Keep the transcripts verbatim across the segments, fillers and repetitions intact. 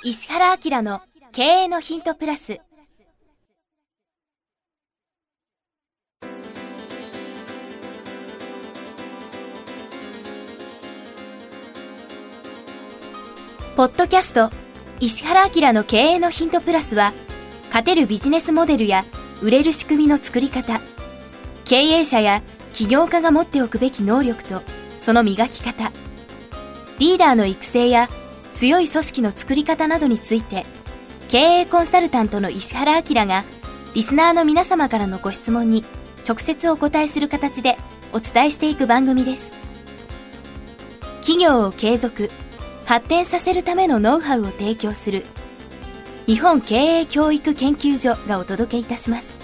石原明の経営のヒントプラス。ポッドキャスト石原明の経営のヒントプラスは、勝てるビジネスモデルや売れる仕組みの作り方、経営者や起業家が持っておくべき能力とその磨き方、リーダーの育成や強い組織の作り方などについて、経営コンサルタントの石原明がリスナーの皆様からのご質問に直接お答えする形でお伝えしていく番組です。企業を継続発展させるためのノウハウを提供する日本経営教育研究所がお届けいたします。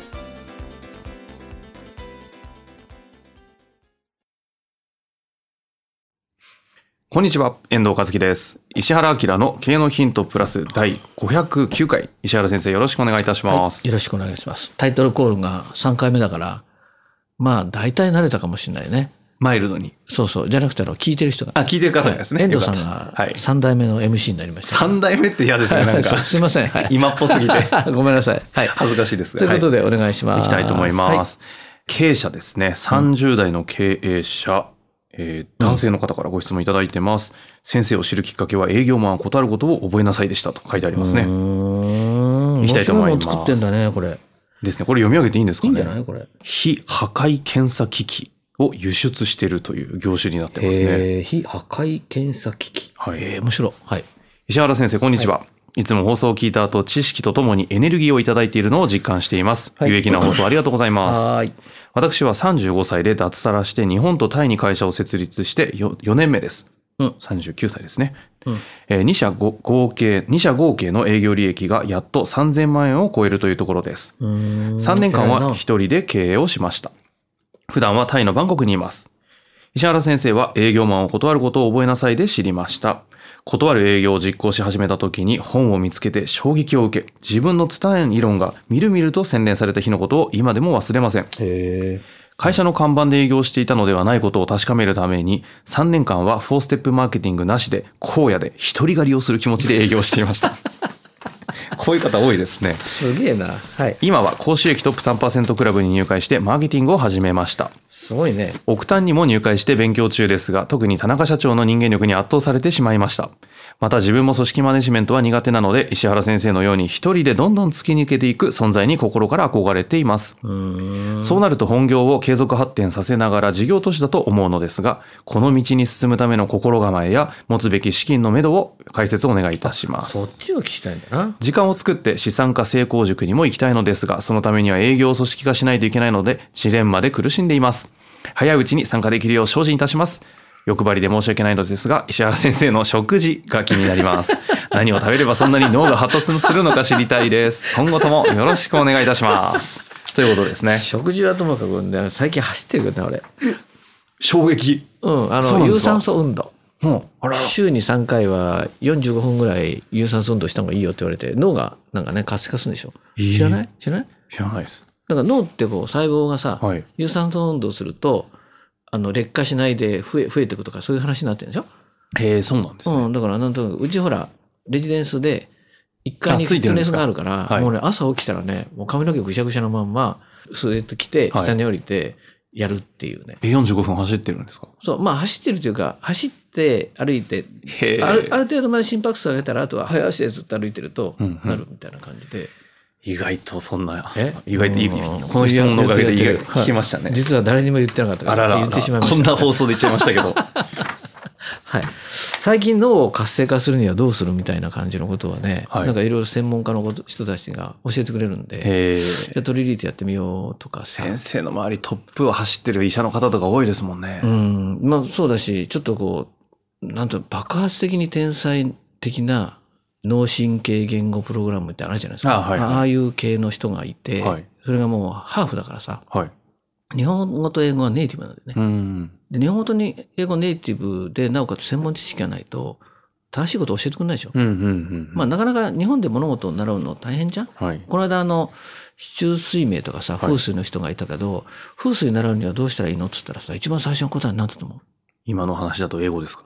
こんにちは、遠藤和樹です。石原明の経営のヒントプラスだいごひゃくきゅうかい、石原先生よろしくお願いいたします。 はい、よろしくお願いします。タイトルコールがさんかいめだから、まあ大体慣れたかもしれないね。 マイルドに。 そうそう。じゃなくて、あの、聞いてる人が。 あ、聞いてる方ですね。 はい、遠藤さんがさんだいめの エムシー になりました、ね。 さんだいめって嫌ですね、なんか。 すいません。はい、 今っぽすぎて。 ごめんなさい。はい。 恥ずかしいですが。 ということでお願いします。 はい、いきたいと思います。はい、経営者ですね。さんじゅうだいの経営者。えー、男性の方からご質問いただいてます、うん、先生を知るきっかけは営業マンは断ることを覚えなさいでしたと書いてありますね。うーん、 いきたいと思います。 面白いもの作ってんだね、これ。 ですね。これ読み上げていいんですかね。 いいんじゃないこれ。 非破壊検査機器を輸出しているという業種になってますね。 非破壊検査機器。はい。えー、面白い。はい。 石原先生、こんにちは。はい、いつも放送を聞いた後、知識とともにエネルギーをいただいているのを実感しています。はい、有益な放送ありがとうございます。はい。私はさんじゅうごさいで脱サラして日本とタイに会社を設立して よ, よねんめです。うん、さんじゅうきゅうさいですね。うんえー、2, 社合計に社合計の営業利益がやっとさんぜんまんえんを超えるというところです。うーんさんねんかんは一人で経営をしました。普段はタイのバンコクにいます。石原先生は営業マンを断ることを覚えなさいで知りました。断る営業を実行し始めた時に本を見つけて衝撃を受け、自分の伝え理論がみるみると洗練された日のことを今でも忘れません。へー。会社の看板で営業していたのではないことを確かめるためにさんねんかんはフォーステップマーケティングなしで荒野で一人狩りをする気持ちで営業していました。こういう方多いですね。 すげえな。はい。 今は高収益トップ さんパーセント クラブに入会してマーケティングを始めました。 すごいね。 億単にも入会して勉強中ですが、特に田中社長の人間力に圧倒されてしまいました。また自分も組織マネジメントは苦手なので、石原先生のように一人でどんどん突き抜けていく存在に心から憧れています。うーんそうなると本業を継続発展させながら事業都市だと思うのですが、この道に進むための心構えや持つべき資金のめどを解説をお願いいたします。 そっちを聞きたいんだな。 時間を作って資産家成功塾にも行きたいのですが、そのためには営業を組織化しないといけないのでジレンマで苦しんでいます。早いうちに参加できるよう精進いたします。欲張りで申し訳ないのですが、石原先生の食事が気になります。何を食べればそんなに脳が発達するのか知りたいです。今後ともよろしくお願いいたします。ということですね。 食事はともかく、ね、最近走ってるけどね、俺。 衝撃。 うん、あの、有酸素運動。 うん、あらら週にさんかいはよんじゅうごふんぐらい有酸素運動した方がいいよって言われて、脳がなんかね、活性化するんでしょ。えー、知らない知らない知らないです。 だから脳ってこう細胞がさ、はい、有酸素運動すると、あの劣化しないで増え、増えていくとかそういう話になってるんでしょ。 へえ、そうなんですね。 うん、だからなんとなく、うちほら、レジデンスでいっかいにフィットネスがあるから、はい、もうね、朝起きたらね、もう髪の毛ぐしゃぐしゃのまんま、スウェット着て、下に降りて、やるっていうね。 え、よんじゅうごふん走ってるんですか？ そう、まあ走ってるというか、走って歩いて、ある、ある程度まで心拍数上げたら、あとは早足でずっと歩いてると、なるみたいな感じで。うんうん意外とそんな、意外といい、この質問のおかげで意外と聞きましたね。 実は誰にも言ってなかったから、あらら言ってしまいました、 こんな放送で言っちゃいましたけど。 はい。最近脳を活性化するにはどうするみたいな感じのことはね、はい、なんかいろいろ専門家の人たちが教えてくれるんで、じゃあ取り入れてやってみようとかさ。 先生の周りトップを走ってる医者の方とか多いですもんね。 うん。まあそうだし、ちょっとこう、なんと爆発的に天才的な脳神経言語プログラムってあるじゃないですか。あ、はいはい、ああいう系の人がいて、はい、それがもうハーフだからさ、はい、日本語と英語はネイティブなんでね。うん、で日本語と英語ネイティブで、なおかつ専門知識がないと、正しいことを教えてくれないでしょ。うんうんうんうん、まあなかなか日本で物事を習うの大変じゃん。はい、この間あの、市中水明とかさ、風水の人がいたけど、はい、風水習うにはどうしたらいいのって言ったらさ、一番最初の答えは何だと思う？ 今の話だと英語ですか？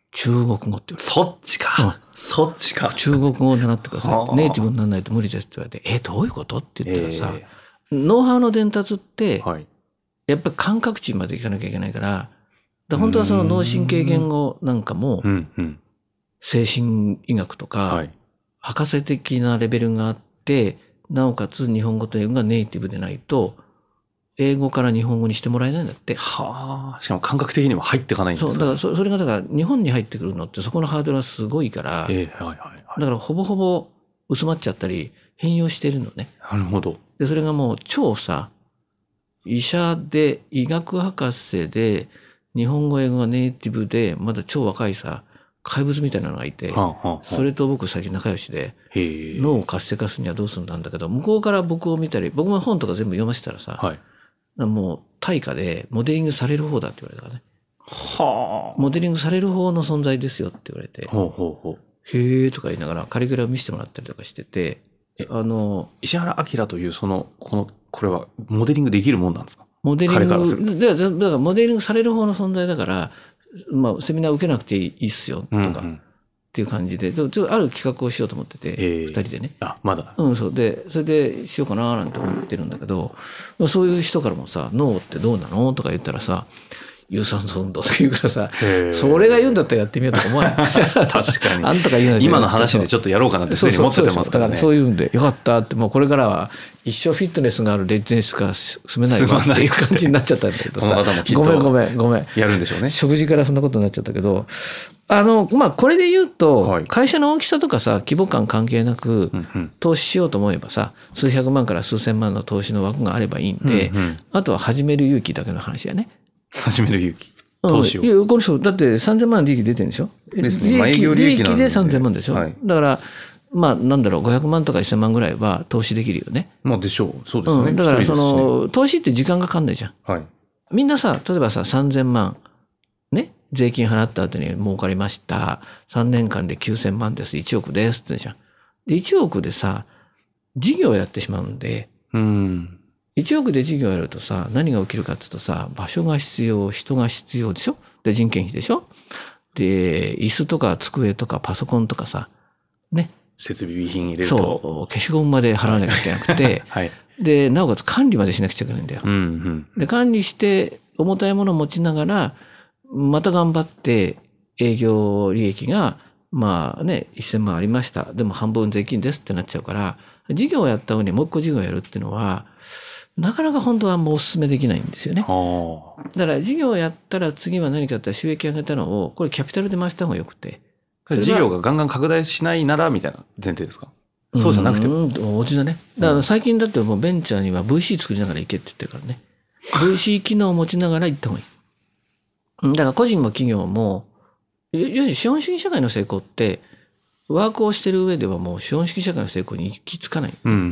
中国語って言われて。 そっちか。うん、そっちか。 中国語を習ってください。ネイティブにならないと無理ですって言われて、え、どういうことって言ったらさ、えー、ノウハウの伝達って、はい、やっぱり感覚値までいかなきゃいけないから、だから本当はその脳神経言語なんかも、精神医学とか、博士的なレベルがあって、なおかつ日本語と英語がネイティブでないと、英語から日本語にしてもらえないんだって。 はあ。しかも感覚的にも入っていかないんですか。 そう、だからそ、それがだから日本に入ってくるのってそこのハードルはすごいから、えーはいはいはい、だからほぼほぼ薄まっちゃったり変容してるのね。 なるほど。 で、それがもう超さ、医者で医学博士で日本語英語がネイティブでまだ超若いさ、怪物みたいなのがいて、はあはあはあ、それと僕最近仲良しで、脳を活性化するにはどうするんだんだけど、向こうから僕を見たり、僕も本とか全部読ませたらさ、はいもう対価でモデリングされる方だって言われたからね。はあ。モデリングされる方の存在ですよって言われて。ほうほうほう。へえとか言いながらカリキュラム見せてもらったりとかしてて、あの石原明というそのこのこれはモデリングできるもんなんですか。 モデリング彼からすると。だからだからモデリングされる方の存在だから、まあセミナー受けなくていいっすよとか。うんうんっていう感じで、ちょっとある企画をしようと思ってて、えー、ふたりでね。 あ、まだ。 うん、そう。で、それでしようかななんて思ってるんだけど、そういう人からもさ、脳ってどうなのとか言ったらさ、有酸素運動とか言うからさ、それが言うんだったらやってみようとか思わない。 確かに。 あんとか言うの今の話でちょっとやろうかなってすでに思ってますからね。 そういうんで、よかったって、もうこれからは一生フィットネスがあるレジデンスしか住めないわっていう感じになっちゃったんだけどさ。 この方もきっとごめんごめんごめん。 やるんでしょうね。 食事からそんなことになっちゃったけど、あの、まあ、これで言うと、会社の大きさとかさ、規模感関係なく、投資しようと思えばさ、数百万から数千万の投資の枠があればいいんで、あとは始める勇気だけの話やね。 始める勇気。投資を。 いや、この人、だってさんぜんまん利益出てるんでしょ。 ですね。 利益、利益でさんぜんまんでしょ。だから、まあ、なんだろう、ごひゃくまんとかせんまんぐらいは投資できるよね。 まあ、でしょう。そうですね。 だから、その、投資って時間がかかんないじゃん。はい。みんなさ、例えばさ、さんぜんまん、ね。税金払った後に儲かりました。さんねんかんできゅうせんまんです。いちおくです。ってじゃん。で、いちおくでさ、事業やってしまうんで、うん。いちおくで事業やるとさ、何が起きるかっていうとさ、場所が必要、人が必要でしょ。で、人件費でしょ。で、椅子とか机とかパソコンとかさ、ね。 設備備品入れると。 そう、消しゴムまで払わなきゃいけなくて、はい。で、なおかつ管理までしなくちゃいけないんだよ。うんうん。で、管理して、重たいものを持ちながら、また頑張って営業利益が、まあね、せんまんありました。でも半分税金ですってなっちゃうから、事業をやった上にもう一個事業をやるっていうのは、なかなか本当はもうお勧めできないんですよね。だから事業をやったら次は何かって収益上げたのを、これキャピタルで回した方がよくて。 事業がガンガン拡大しないならみたいな前提ですか？そうじゃなくても。 うん、同時だね。だから最近だってもうベンチャーには ブイシー 作りながら行けって言ってるからね。ブイシー 機能を持ちながら行った方がいい。だから個人も企業も、要するに資本主義社会の成功って、ワークをしてる上ではもう資本主義社会の成功に行き着かない。うんうんうん、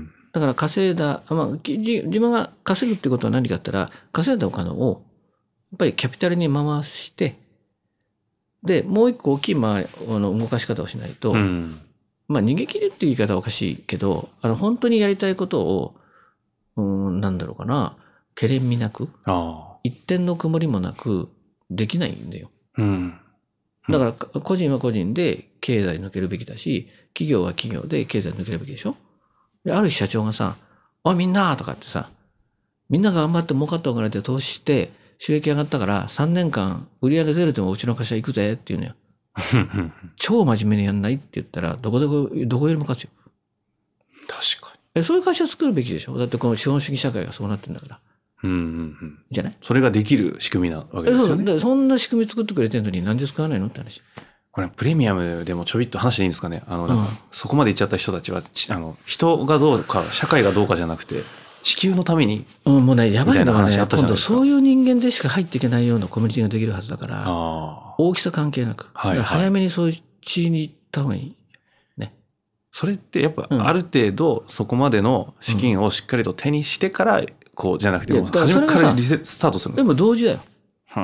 だから稼いだ、まあ、自分が稼ぐってことは何かって言ったら、稼いだお金を、やっぱりキャピタルに回して、で、もう一個大きい、まあ、あの動かし方をしないと、うん、まあ逃げ切るっていう言い方はおかしいけど、あの本当にやりたいことを、うん、なんだろうかな、けれんみなく、一点の曇りもなく、できないんだよ。うん、だから個人は個人で経済抜けるべきだし、企業は企業で経済抜けるべきでしょ。で、ある日社長がさ、おいみんなとかってさ、みんなが頑張って儲かったお金で投資して収益上がったからさんねんかん売り上げゼロでもうちの会社行くぜっていうのよ。超真面目にやんないって言ったらどこどこどこよりも勝つよ。 確かに。そういう会社作るべきでしょ。だってこの資本主義社会がそうなってんだから。うんうんうん、じゃない？ それができる仕組みなわけですよね。 そ, そんな仕組み作ってくれてるのになんで使わないのって話。 これプレミアムでもちょびっと話していいんですかね。あのなんかそこまで行っちゃった人たちはあの人がどうか社会がどうかじゃなくて地球のために、 うん、もうねやばいのがね今度そういう人間でしか入っていけないようなコミュニティができるはずだから大きさ関係なく、はいはい、早めにそういう地に行った方がいいね。 それってやっぱある程度そこまでの資金をしっかりと手にしてから、うんこうじゃなくても初めからリセットスタートするんですか？ でも同時だよ。うん。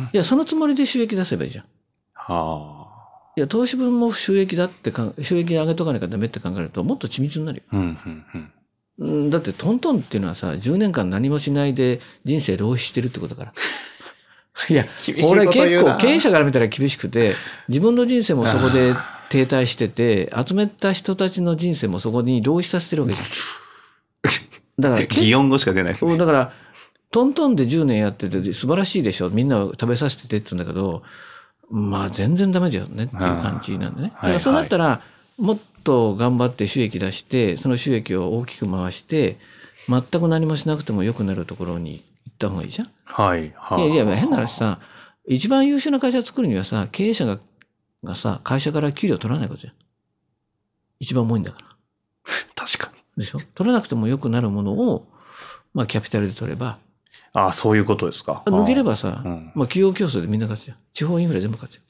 いやそのつもりで収益出せばいいじゃん。はあ。いや投資分も収益だってか収益上げとかなきゃダメって考えるともっと緻密になるよ。うんうんうん。だってトントンっていうのはさじゅうねんかん何もしないで人生浪費してるってことだから。 いや、俺結構経営者から見たら厳しくて、自分の人生もそこで停滞してて、集めた人たちの人生もそこに浪費させてるわけじゃん。だから、 擬音語しか出ないですね。 だから、トントンでじゅうねんやってて素晴らしいでしょ。みんな食べさせててって言うんだけど、まあ全然ダメじゃんねっていう感じなんでね。だからそうなったら、もっと頑張って収益出して、その収益を大きく回して、全く何もしなくても良くなるところに行った方がいいじゃん。 はい。はい。 いやいや、変な話さ、一番優秀な会社を作るにはさ、経営者が、がさ、会社から給料取らないことじゃん。一番重いんだから。 確かに。でしょ？取らなくても良くなるものを、まあキャピタルで取れば。 ああ、そういうことですか。 抜ければさ、うん、まあ企業競争でみんな勝つじゃん。地方インフラ全部勝つよ。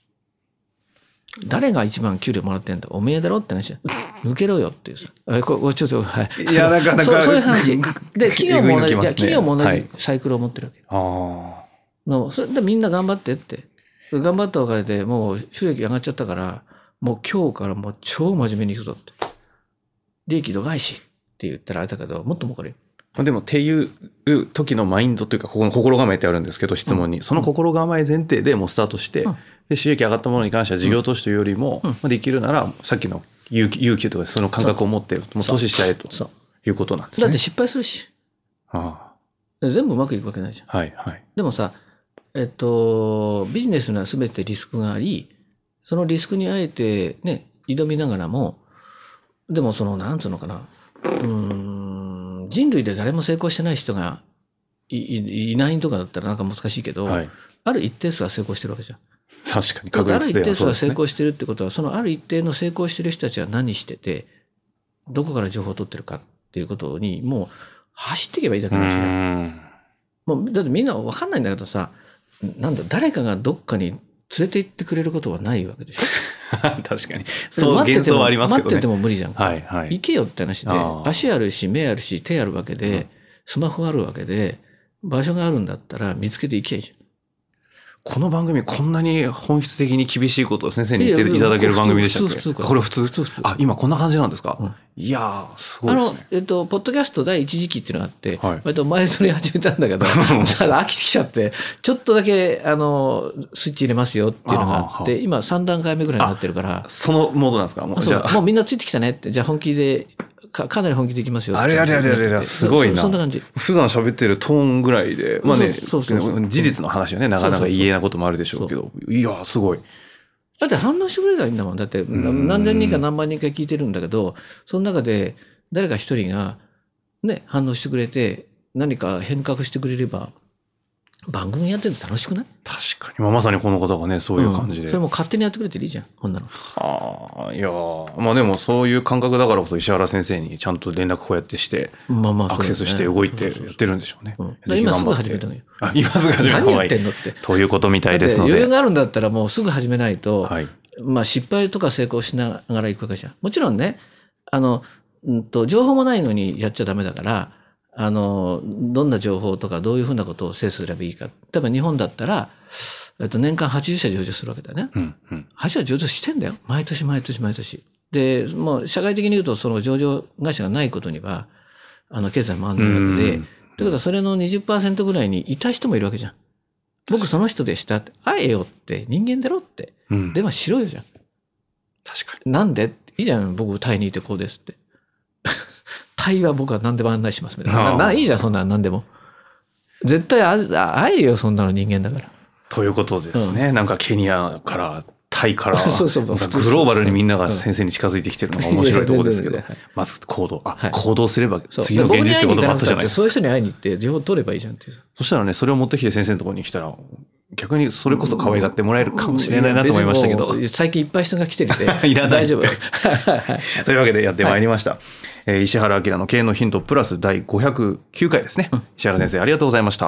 誰が一番給料もらってんだおめえだろって話じゃん。抜けろよっていうさ。え、ここちょっと、はい。 いや、なかなかそう、そういう話。で、企業も同じ、ね、いや、企業も同じサイクルを持ってるわけ。 はい、 のそれでみんな頑張ってって。頑張ったおかげでもう収益上がっちゃったから、もう今日からもう超真面目にいくぞって。利益度外視って言ったらあれだけど、もっともこれ。 でもっていう時のマインドというか、ここの心構えってあるんですけど、質問に。うん、その心構え前提でもうスタートして、うん、で、収益上がったものに関しては事業投資というよりも、うん、できるなら、さっきの有給、有給とかその感覚を持って、もう投資しちゃえということなんですね。 だって失敗するし。 ああ、全部うまくいくわけないじゃん。 はいはい。 でもさ、えっと、ビジネスには全てリスクがあり、そのリスクにあえてね、挑みながらも、でもその、なんつうのかな、うーん、人類で誰も成功してない人が い, い, いないとかだったらなんか難しいけど、はい、ある一定数は成功してるわけじゃん。 確かに確率ではそうですね。 ある一定数は成功してるってことは、そのある一定の成功してる人たちは何してて、どこから情報を取ってるかっていうことに、もう走っていけばいいだけなんですよ。もうだってみんな分かんないんだけどさ、なんだ誰かがどっかに連れて行ってくれることはないわけでしょ。 確かに。そう、幻想はありますけどね。 待ってても無理じゃんか。 はいはい。 行けよって話で、足あるし、目あるし、手あるわけで、うん、スマホがあるわけで、場所があるんだったら見つけて行けばいいじゃん。 この番組こんなに本質的に厳しいことを先生に言っていただける番組でしたっけ？ 普通、普通。 これ普通？ 普通、普通。 あ、今こんな感じなんですか？うん、いやー、すごいですね。 あの、えっと、ポッドキャスト第一時期っていうのがあって、はい、割と前それ始めたんだけど、飽きてきちゃって、ちょっとだけ、あの、スイッチ入れますよっていうのがあって、今さん段階目ぐらいになってるから。 そのモードなんですか？もう、 じゃあもうみんなついてきたねって、じゃあ本気で、か, かなり本気でいきますよ。 あれあれあれあれあれ、すごいな。 そ, そんな感じ。 普段喋ってるトーンぐらいで、まあね、そうそうそうそう事実の話はね、なかなか言えないこともあるでしょうけど、そうそうそういや、すごい。 だって反応してくれたらいいんだもん。だって何千人か何万人か聞いてるんだけど、その中で誰か一人がね、反応してくれて、何か変革してくれれば、番組やってると楽しくない？ 確かに。まあ、まさにこの方がね、そういう感じで。 うん、それも勝手にやってくれていいじゃん、こんなの。 はあ、いやまあでもそういう感覚だからこそ石原先生にちゃんと連絡こうやってして、まあまあ、アクセスして動いてやってるんでしょうね。 今すぐ始めたのよ。 あ、今すぐ始めたの何やってんのって。 ということみたいですので。 余裕があるんだったらもうすぐ始めないと、はい、まあ失敗とか成功しながらいくわけじゃん。もちろんね、あの、うんと、情報もないのにやっちゃダメだから、あの、どんな情報とかどういうふうなことを精査すればいいか。例えば日本だったら、えっと、年間はちじゅっしゃ上場するわけだよね。うんうん、はちじゅっしゃ上場してんだよ。毎年毎年毎年。で、もう社会的に言うとその上場会社がないことには、あの、経済回んないわけで、ということはそれの にじゅっパーセント ぐらいにいた人もいるわけじゃん。僕その人でしたって、会えよって人間だろって。うん、電話しろよじゃん。 確かに。なんでいいじゃん。僕タイにいてこうですって。タイは僕は何でも案内しますみたいな。ないいじゃん、そんなの何でも。絶対会えるよ、そんなの人間だから。 ということですね。うん、なんかケニアからタイからそうそうそうグローバルにみんなが先生に近づいてきてるのが面白いところですけど、まず行動、あ、はい、行動すれば次の現実ってこともあったじゃないですか。 そういう人に会いに行って情報取ればいいじゃんっていう。 そしたらね、それを持ってきて先生のところに来たら逆にそれこそ可愛がってもらえるかもしれないなと思いましたけど、 最近いっぱい人が来てるんでいらないって大丈夫というわけでやってまいりました、はい、えー、石原明の経営のヒントプラスだいごひゃくきゅうかいですね、うん、石原先生ありがとうございました。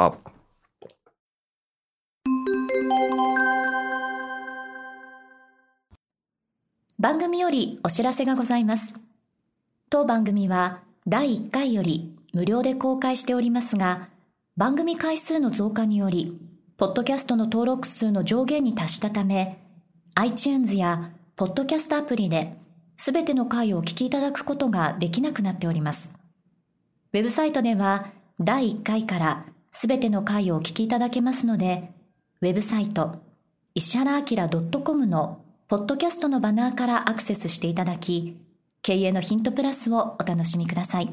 番組よりお知らせがございます。当番組はだいいっかいより無料で公開しておりますが、番組回数の増加によりポッドキャストの登録数の上限に達したため、 iTunes やポッドキャストアプリですべての回をお聞きいただくことができなくなっております。ウェブサイトではだいいっかいからすべての回をお聞きいただけますので、 ウェブサイト、石原明 .com のポッドキャストのバナーからアクセスしていただき、経営のヒントプラスをお楽しみください。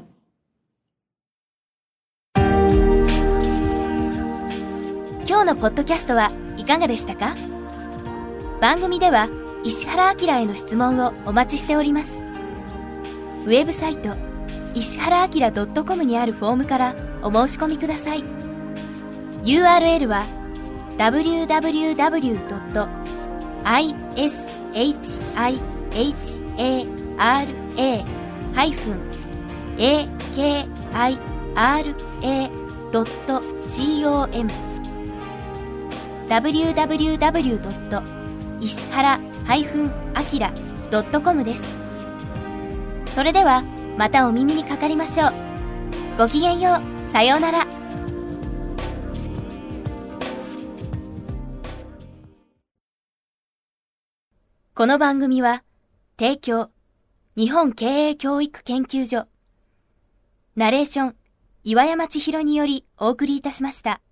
今日のポッドキャストはいかがでしたか？番組では石原明への質問をお待ちしております。ウェブサイト石原明 .com にあるフォームからお申し込みください。 ユーアールエル は ダブリューダブリューダブリュードットアイエスエイチアイエイチエーアールエー ハイフン エーケーアイアールエー ドット コム ダブリューダブリューダブリュードット石原アキラドットコム です。それではまたお耳にかかりましょう。ごきげんよう。さようなら。この番組は提供日本経営教育研究所ナレーション岩山千尋によりお送りいたしました。